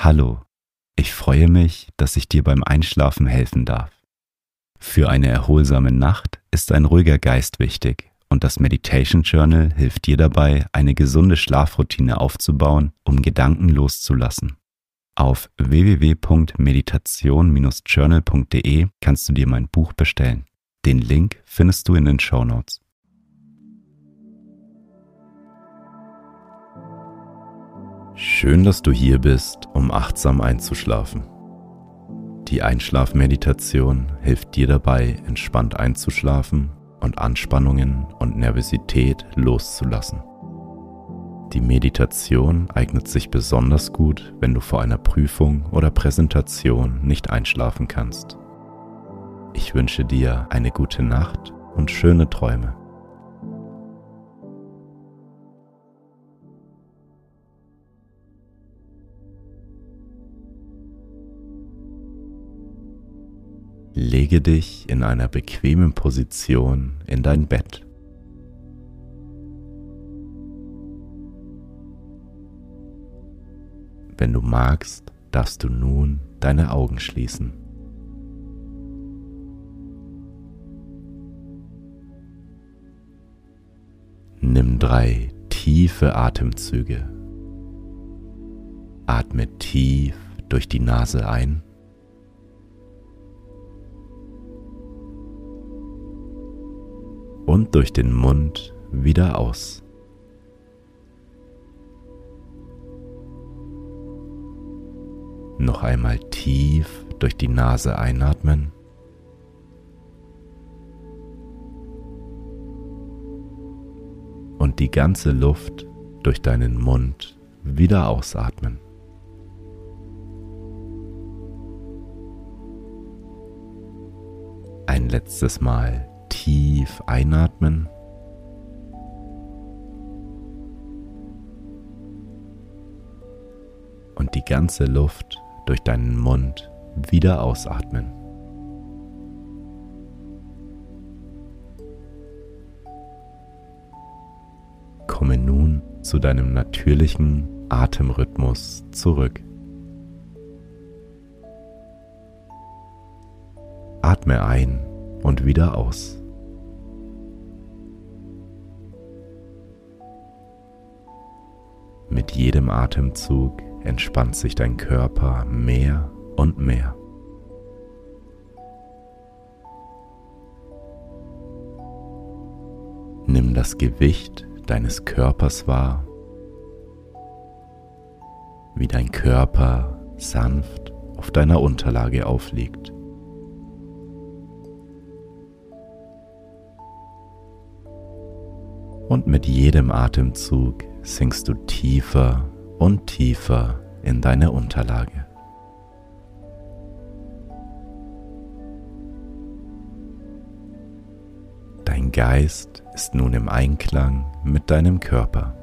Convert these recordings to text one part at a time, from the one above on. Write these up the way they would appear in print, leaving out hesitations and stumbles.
Hallo, ich freue mich, dass ich dir beim Einschlafen helfen darf. Für eine erholsame Nacht ist ein ruhiger Geist wichtig und das Meditation Journal hilft dir dabei, eine gesunde Schlafroutine aufzubauen, um Gedanken loszulassen. Auf www.meditation-journal.de kannst du dir mein Buch bestellen. Den Link findest du in den Shownotes. Schön, dass du hier bist, um achtsam einzuschlafen. Die Einschlafmeditation hilft dir dabei, entspannt einzuschlafen und Anspannungen und Nervosität loszulassen. Die Meditation eignet sich besonders gut, wenn du vor einer Prüfung oder Präsentation nicht einschlafen kannst. Ich wünsche dir eine gute Nacht und schöne Träume. Lege dich in einer bequemen Position in dein Bett. Wenn du magst, darfst du nun deine Augen schließen. Nimm 3 tiefe Atemzüge. Atme tief durch die Nase ein. Und durch den Mund wieder aus. Noch einmal tief durch die Nase einatmen. Und die ganze Luft durch deinen Mund wieder ausatmen. Ein letztes Mal tief einatmen und die ganze Luft durch deinen Mund wieder ausatmen. Komme nun zu deinem natürlichen Atemrhythmus zurück. Atme ein und wieder aus. Mit jedem Atemzug entspannt sich dein Körper mehr und mehr. Nimm das Gewicht deines Körpers wahr, wie dein Körper sanft auf deiner Unterlage aufliegt. Und mit jedem Atemzug sinkst du tiefer und tiefer in deine Unterlage. Dein Geist ist nun im Einklang mit deinem Körper.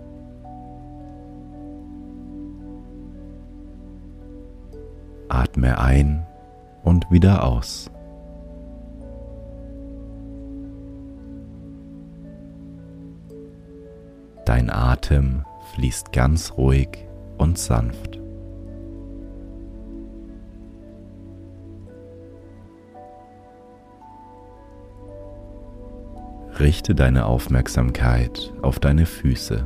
Atme ein und wieder aus. Dein Atem fließt ganz ruhig und sanft. Richte deine Aufmerksamkeit auf deine Füße.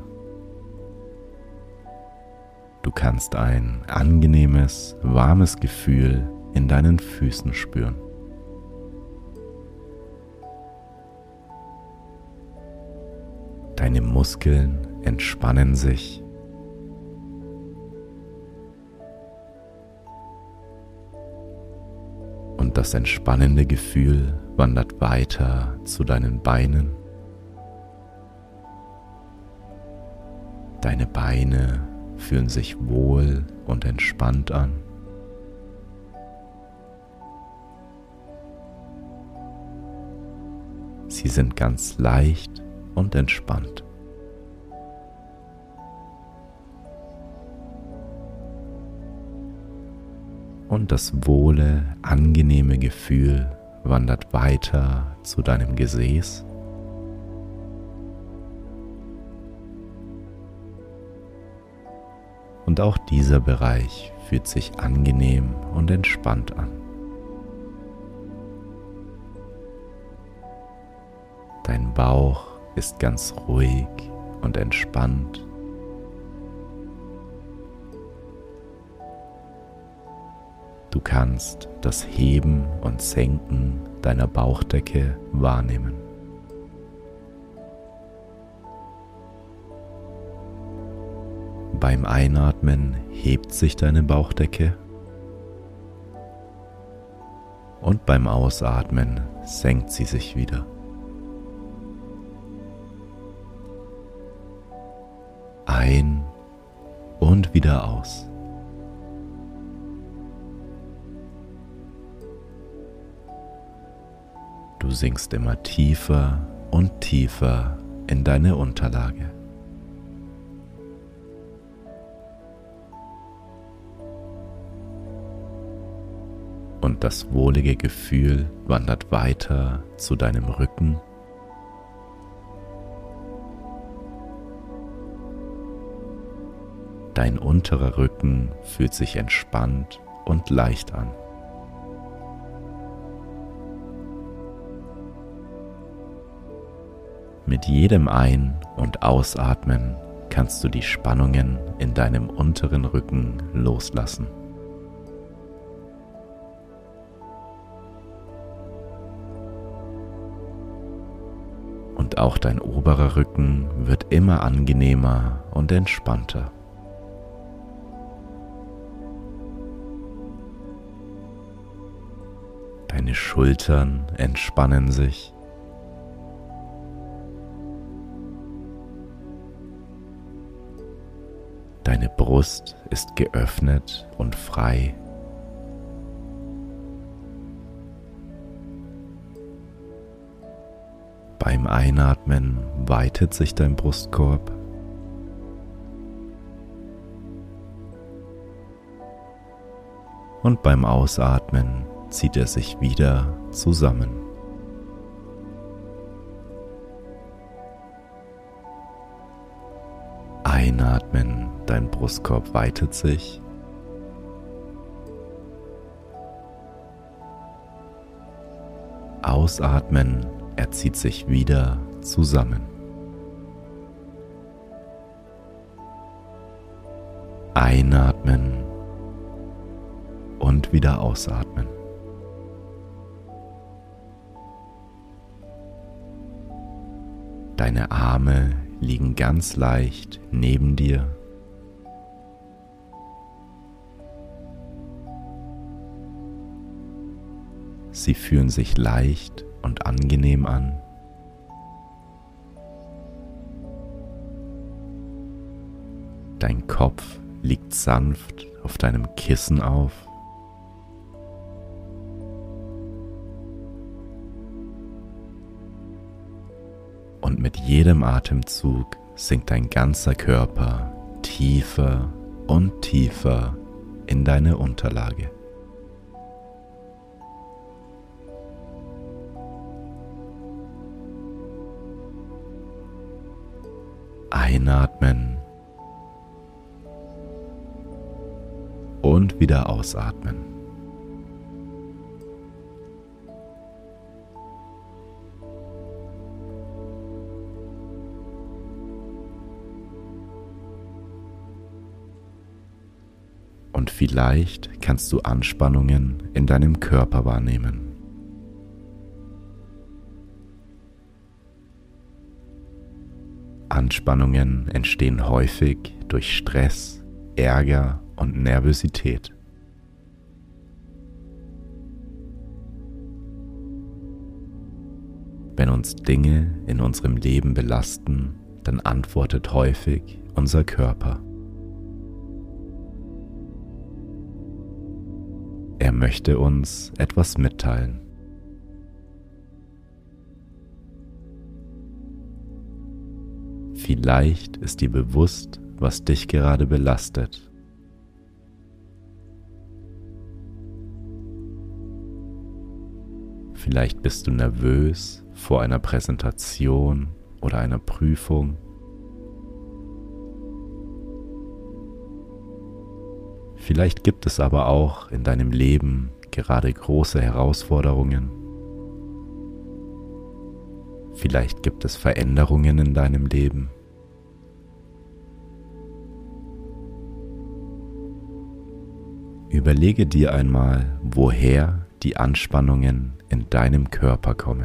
Du kannst ein angenehmes, warmes Gefühl in deinen Füßen spüren. Deine Muskeln entspannen sich. Und das entspannende Gefühl wandert weiter zu deinen Beinen. Deine Beine fühlen sich wohl und entspannt an. Sie sind ganz leicht und entspannt. Und das wohle, angenehme Gefühl wandert weiter zu deinem Gesäß. Und auch dieser Bereich fühlt sich angenehm und entspannt an. Dein Bauch ist ganz ruhig und entspannt. Du kannst das Heben und Senken deiner Bauchdecke wahrnehmen. Beim Einatmen hebt sich deine Bauchdecke und beim Ausatmen senkt sie sich wieder. Ein und wieder aus. Du sinkst immer tiefer und tiefer in deine Unterlage. Und das wohlige Gefühl wandert weiter zu deinem Rücken. Dein unterer Rücken fühlt sich entspannt und leicht an. Mit jedem Ein- und Ausatmen kannst du die Spannungen in deinem unteren Rücken loslassen. Und auch dein oberer Rücken wird immer angenehmer und entspannter. Deine Schultern entspannen sich. Deine Brust ist geöffnet und frei. Beim Einatmen weitet sich dein Brustkorb. Und beim Ausatmen zieht er sich wieder zusammen. Einatmen, dein Brustkorb weitet sich. Ausatmen, er zieht sich wieder zusammen. Einatmen und wieder ausatmen. Deine Arme liegen ganz leicht neben dir. Sie fühlen sich leicht und angenehm an. Dein Kopf liegt sanft auf deinem Kissen auf. Und mit jedem Atemzug sinkt dein ganzer Körper tiefer und tiefer in deine Unterlage. Einatmen und wieder ausatmen. Und vielleicht kannst du Anspannungen in deinem Körper wahrnehmen. Anspannungen entstehen häufig durch Stress, Ärger und Nervosität. Wenn uns Dinge in unserem Leben belasten, dann antwortet häufig unser Körper. Er möchte uns etwas mitteilen. Vielleicht ist dir bewusst, was dich gerade belastet. Vielleicht bist du nervös vor einer Präsentation oder einer Prüfung. Vielleicht gibt es aber auch in deinem Leben gerade große Herausforderungen. Vielleicht gibt es Veränderungen in deinem Leben. Überlege dir einmal, woher die Anspannungen in deinem Körper kommen.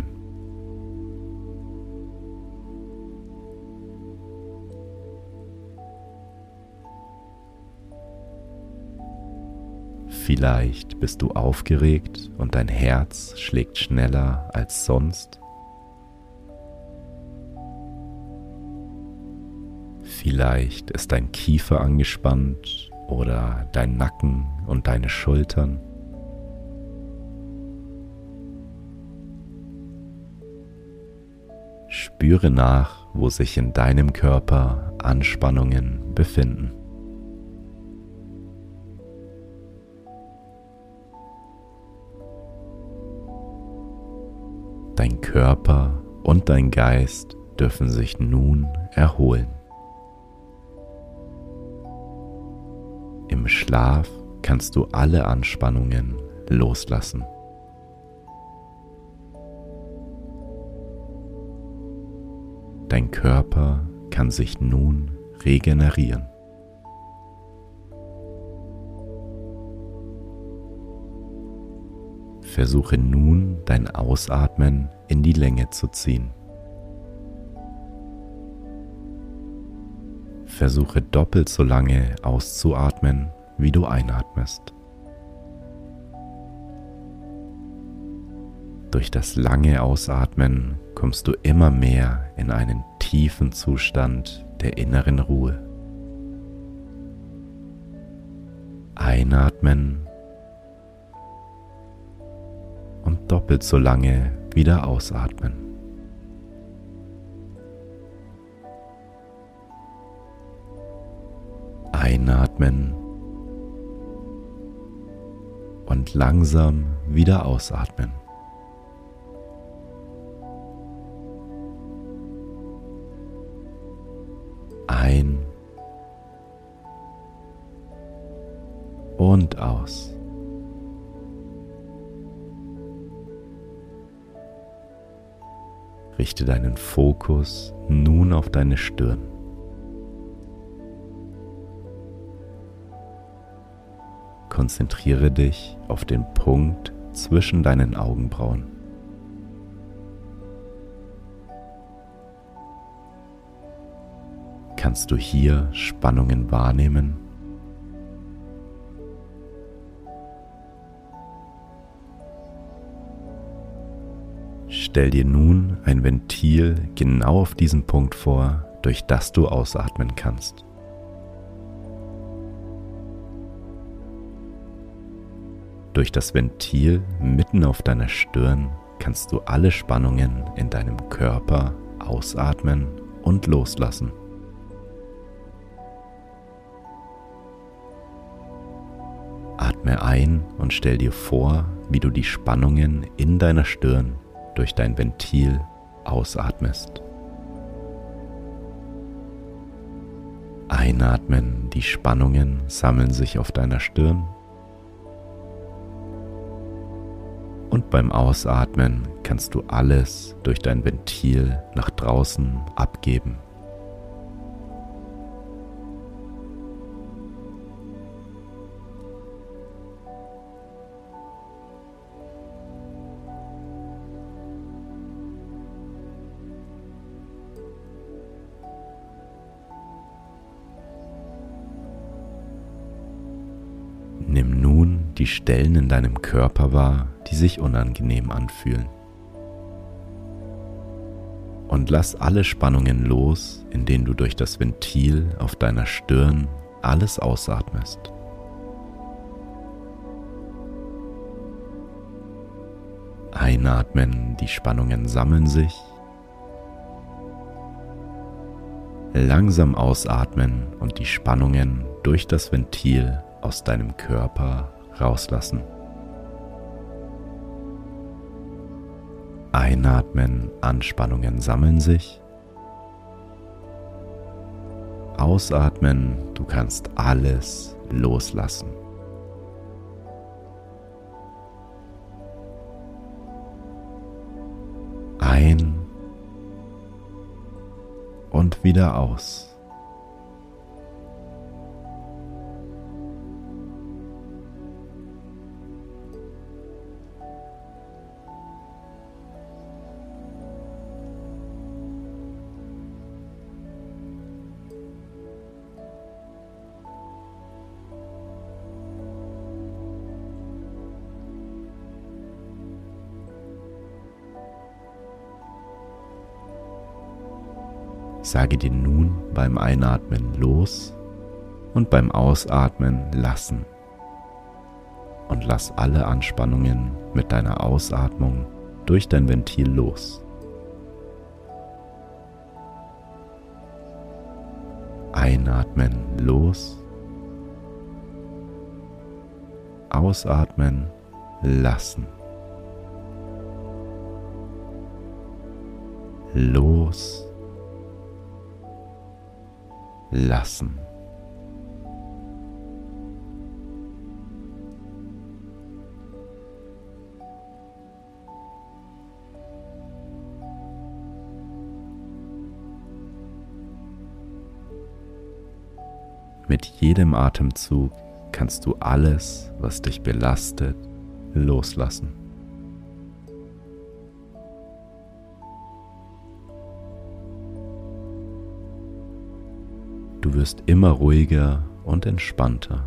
Vielleicht bist du aufgeregt und dein Herz schlägt schneller als sonst. Vielleicht ist dein Kiefer angespannt oder dein Nacken und deine Schultern. Spüre nach, wo sich in deinem Körper Anspannungen befinden. Dein Körper und dein Geist dürfen sich nun erholen. Im Schlaf kannst du alle Anspannungen loslassen. Dein Körper kann sich nun regenerieren. Versuche nun, dein Ausatmen in die Länge zu ziehen. Versuche doppelt so lange auszuatmen, wie du einatmest. Durch das lange Ausatmen kommst du immer mehr in einen tiefen Zustand der inneren Ruhe. Einatmen und doppelt so lange wieder ausatmen. Einatmen und langsam wieder ausatmen. Ein und aus. Richte deinen Fokus nun auf deine Stirn. Konzentriere dich auf den Punkt zwischen deinen Augenbrauen. Kannst du hier Spannungen wahrnehmen? Stell dir nun ein Ventil genau auf diesem Punkt vor, durch das du ausatmen kannst. Durch das Ventil mitten auf deiner Stirn kannst du alle Spannungen in deinem Körper ausatmen und loslassen. Atme ein und stell dir vor, wie du die Spannungen in deiner Stirn durch dein Ventil ausatmest. Einatmen, die Spannungen sammeln sich auf deiner Stirn. Und beim Ausatmen kannst du alles durch dein Ventil nach draußen abgeben. Nimm nun die Stellen in deinem Körper wahr, die sich unangenehm anfühlen. Und lass alle Spannungen los, indem du durch das Ventil auf deiner Stirn alles ausatmest. Einatmen, die Spannungen sammeln sich. Langsam ausatmen und die Spannungen durch das Ventil aus deinem Körper rauslassen. Einatmen, Anspannungen sammeln sich. Ausatmen, du kannst alles loslassen. Ein und wieder aus. Sage dir nun beim Einatmen los und beim Ausatmen lassen. Und lass alle Anspannungen mit deiner Ausatmung durch dein Ventil los. Einatmen, los. Ausatmen, lassen. Los. Lassen. Mit jedem Atemzug kannst du alles, was dich belastet, loslassen. Du wirst immer ruhiger und entspannter.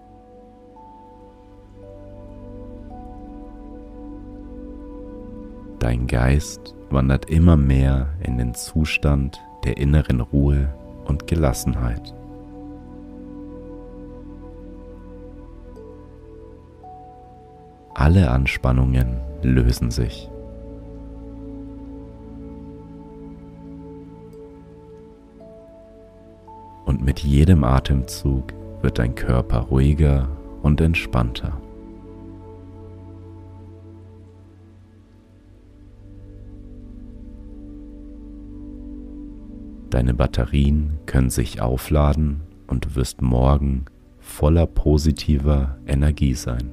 Dein Geist wandert immer mehr in den Zustand der inneren Ruhe und Gelassenheit. Alle Anspannungen lösen sich. Und mit jedem Atemzug wird dein Körper ruhiger und entspannter. Deine Batterien können sich aufladen und du wirst morgen voller positiver Energie sein.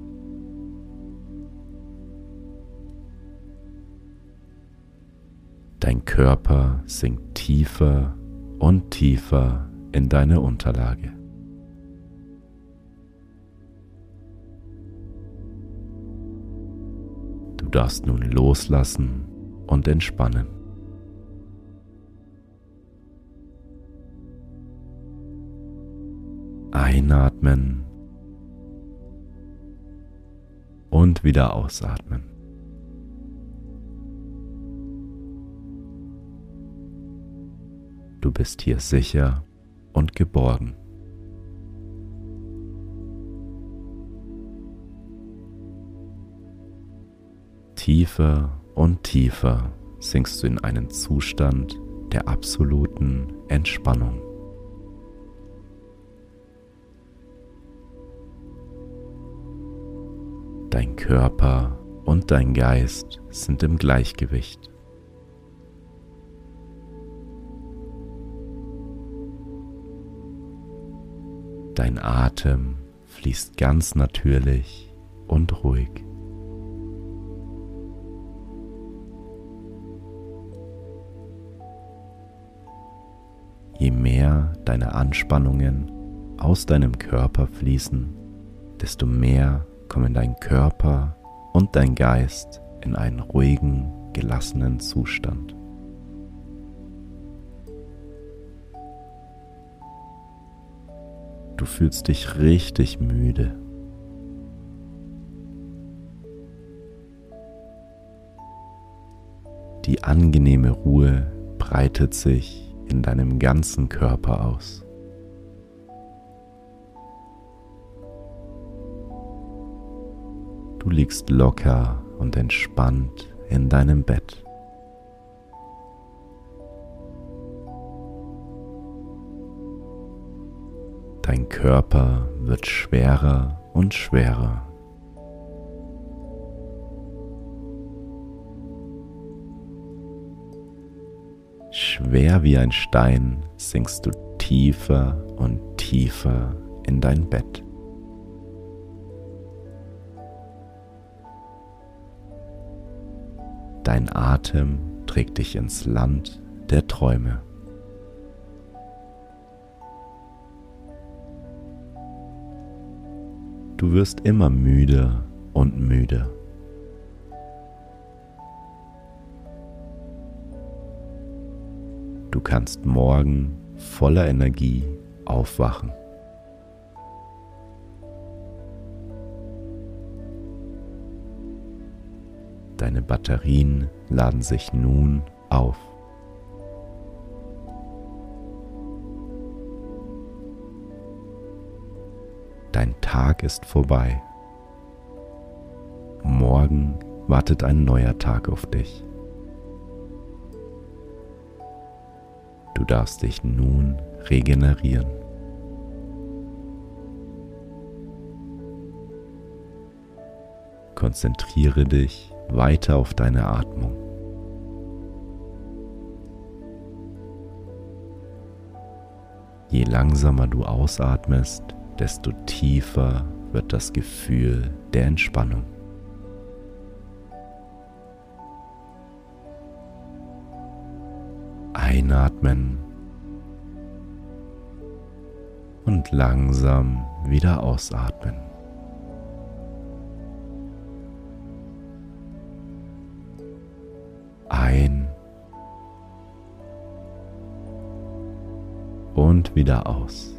Dein Körper sinkt tiefer und tiefer in deine Unterlage. Du darfst nun loslassen und entspannen. Einatmen und wieder ausatmen. Du bist hier sicher und geborgen. Tiefer und tiefer sinkst du in einen Zustand der absoluten Entspannung. Dein Körper und dein Geist sind im Gleichgewicht. Dein Atem fließt ganz natürlich und ruhig. Je mehr deine Anspannungen aus deinem Körper fließen, desto mehr kommen dein Körper und dein Geist in einen ruhigen, gelassenen Zustand. Du fühlst dich richtig müde. Die angenehme Ruhe breitet sich in deinem ganzen Körper aus. Du liegst locker und entspannt in deinem Bett. Dein Körper wird schwerer und schwerer. Schwer wie ein Stein sinkst du tiefer und tiefer in dein Bett. Dein Atem trägt dich ins Land der Träume. Du wirst immer müder und müder. Du kannst morgen voller Energie aufwachen. Deine Batterien laden sich nun auf. Dein Tag ist vorbei. Morgen wartet ein neuer Tag auf dich. Du darfst dich nun regenerieren. Konzentriere dich weiter auf deine Atmung. Je langsamer du ausatmest, desto tiefer wird das Gefühl der Entspannung. Einatmen und langsam wieder ausatmen. Ein und wieder aus.